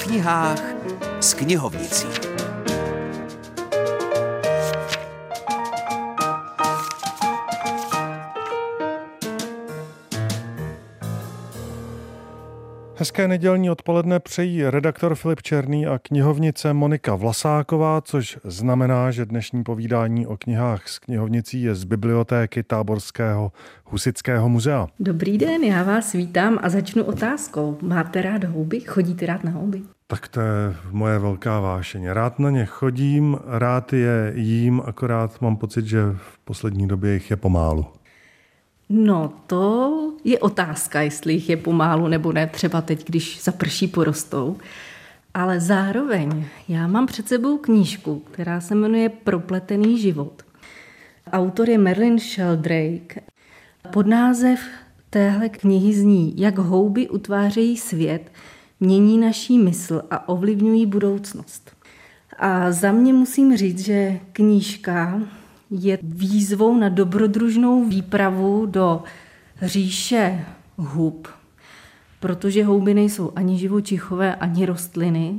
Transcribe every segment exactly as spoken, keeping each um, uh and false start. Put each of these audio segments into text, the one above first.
knihách s knihovnicí. Hezké nedělní odpoledne přejí redaktor Filip Černý a knihovnice Monika Vlasáková, což znamená, že dnešní povídání o knihách s knihovnicí je z bibliotéky Táborského husitského muzea. Dobrý den, já vás vítám a začnu otázkou. Máte rád houby? Chodíte rád na houby? Tak to je moje velká vášeň. Rád na ně chodím, rád je jím, akorát mám pocit, že v poslední době jich je pomálu. No, to je otázka, jestli jich je pomálu nebo ne, třeba teď, když zaprší, porostou. Ale zároveň já mám před sebou knížku, která se jmenuje Propletený život. Autor je Merlin Sheldrake. Podnázev téhle knihy zní, jak houby utvářejí svět, mění naší mysl a ovlivňují budoucnost. A za mě musím říct, že knížka je výzvou na dobrodružnou výpravu do říše hub, protože houby nejsou ani živočichové, ani rostliny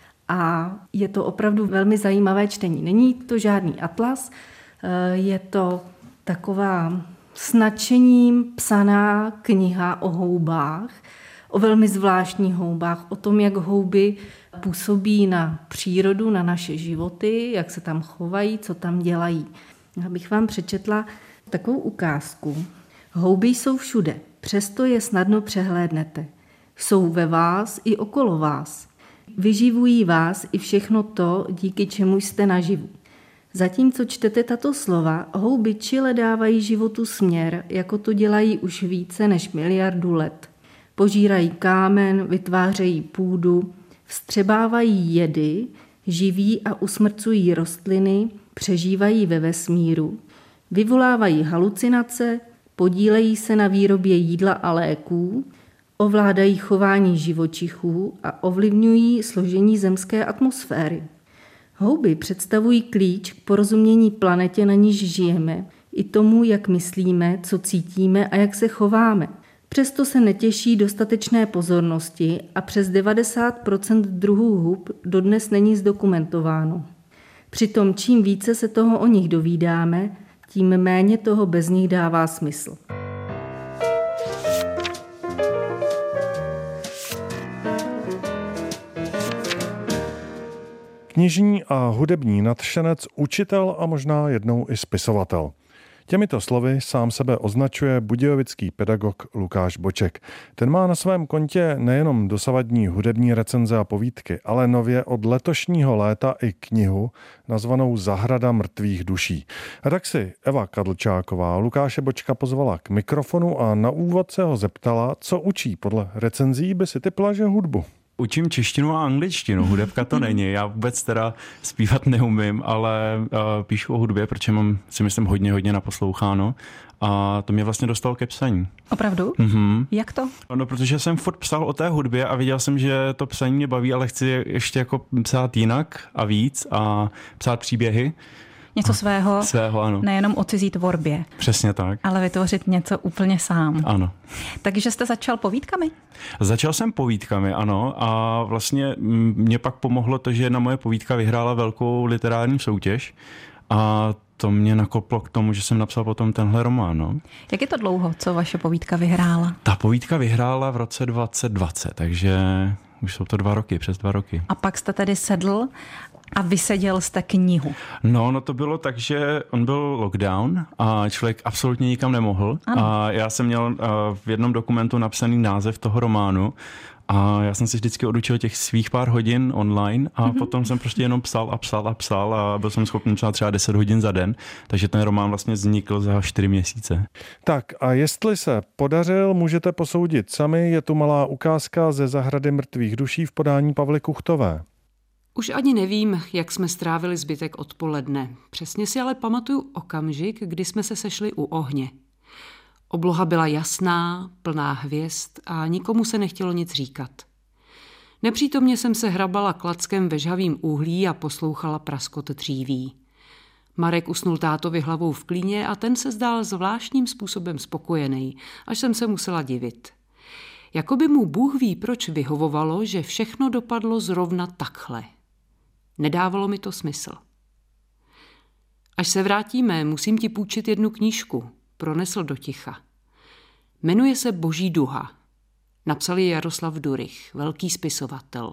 a je to opravdu velmi zajímavé čtení. Není to žádný atlas, je to taková s nadšením psaná kniha o houbách, o velmi zvláštních houbách, o tom, jak houby působí na přírodu, na naše životy, jak se tam chovají, co tam dělají. Abych vám přečetla takovou ukázku. Houby jsou všude, přesto je snadno přehlédnete. Jsou ve vás i okolo vás. Vyživují vás i všechno to, díky čemu jste naživu. Zatímco čtete tato slova, houby čile dávají životu směr, jako to dělají už více než miliardu let. Požírají kámen, vytvářejí půdu, vstřebávají jedy, živí a usmrcují rostliny, přežívají ve vesmíru, vyvolávají halucinace, podílejí se na výrobě jídla a léků, ovládají chování živočichů a ovlivňují složení zemské atmosféry. Houby představují klíč k porozumění planetě, na níž žijeme, i tomu, jak myslíme, co cítíme a jak se chováme. Přesto se netěší dostatečné pozornosti a přes devadesát procent druhů hub dodnes není zdokumentováno. Přitom čím více se toho o nich dovídáme, tím méně toho bez nich dává smysl. Knižní a hudební nadšenec, učitel a možná jednou i spisovatel. Těmito slovy sám sebe označuje budějovický pedagog Lukáš Boček. Ten má na svém kontě nejenom dosavadní hudební recenze a povídky, ale nově od letošního léta i knihu nazvanou Zahrada mrtvých duší. A tak si Eva Kadlčáková Lukáše Bočka pozvala k mikrofonu a na úvod se ho zeptala, co učí. Podle recenzí by si tipla, že hudbu. Učím češtinu a angličtinu, hudebka to není. Já vůbec teda zpívat neumím, ale uh, píšu o hudbě, protože mám, si myslím, hodně, hodně naposloucháno. A to mě vlastně dostalo ke psaní. Opravdu? Mhm. Jak to? No, protože jsem furt psal o té hudbě a viděl jsem, že to psaní mě baví, ale chci ještě jako psát jinak a víc a psát příběhy. Něco svého, svého ano. Nejenom o cizí tvorbě. Přesně tak. Ale vytvořit něco úplně sám. Ano. Takže jste začal povídkami? Začal jsem povídkami, ano. A vlastně mě pak pomohlo to, že jedna moje povídka vyhrála velkou literární soutěž. A to mě nakoplo k tomu, že jsem napsal potom tenhle román. No. Jak je to dlouho, co vaše povídka vyhrála? Ta povídka vyhrála v roce dvacet dvacet, takže už jsou to dva roky, přes dva roky. A pak jste tedy sedl a vyseděl jste knihu. No, no to bylo tak, že on byl lockdown a člověk absolutně nikam nemohl. Ano. A já jsem měl v jednom dokumentu napsaný název toho románu a já jsem si vždycky odučil těch svých pár hodin online a mm-hmm. potom jsem prostě jenom psal a psal a psal a byl jsem schopný psát třeba deset hodin za den, takže ten román vlastně vznikl za čtyři měsíce. Tak a jestli se podařil, můžete posoudit sami, je tu malá ukázka ze Zahrady mrtvých duší v podání Pavly Kuchtové. Už ani nevím, jak jsme strávili zbytek odpoledne. Přesně si ale pamatuju okamžik, kdy jsme se sešli u ohně. Obloha byla jasná, plná hvězd a nikomu se nechtělo nic říkat. Nepřítomně jsem se hrabala klackem ve žhavým uhlí a poslouchala praskot dříví. Marek usnul tátovi hlavou v klíně a ten se zdál zvláštním způsobem spokojený, až jsem se musela divit. Jakoby mu Bůh ví, proč vyhovovalo, že všechno dopadlo zrovna takhle. Nedávalo mi to smysl. Až se vrátíme, musím ti půjčit jednu knížku, pronesl do ticha. Jmenuje se Boží duha. Napsal ji Jaroslav Durych, velký spisovatel.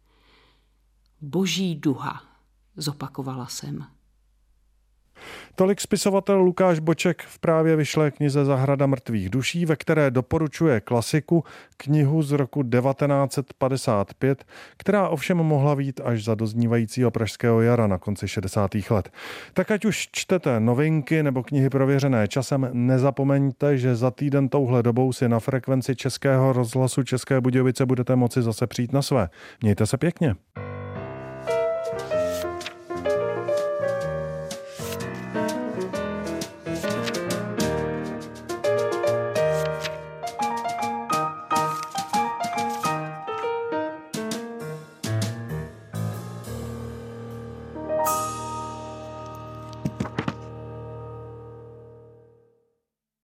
Boží duha, zopakovala jsem. Tolik spisovatel Lukáš Boček v právě vyšlé knize Zahrada mrtvých duší, ve které doporučuje klasiku, knihu z roku devatenáct set padesát pět, která ovšem mohla být až za doznívajícího pražského jara na konci šedesátých let. Tak ať už čtete novinky nebo knihy prověřené časem, nezapomeňte, že za týden touhle dobou si na frekvenci Českého rozhlasu České Budějovice budete moci zase přijít na své. Mějte se pěkně.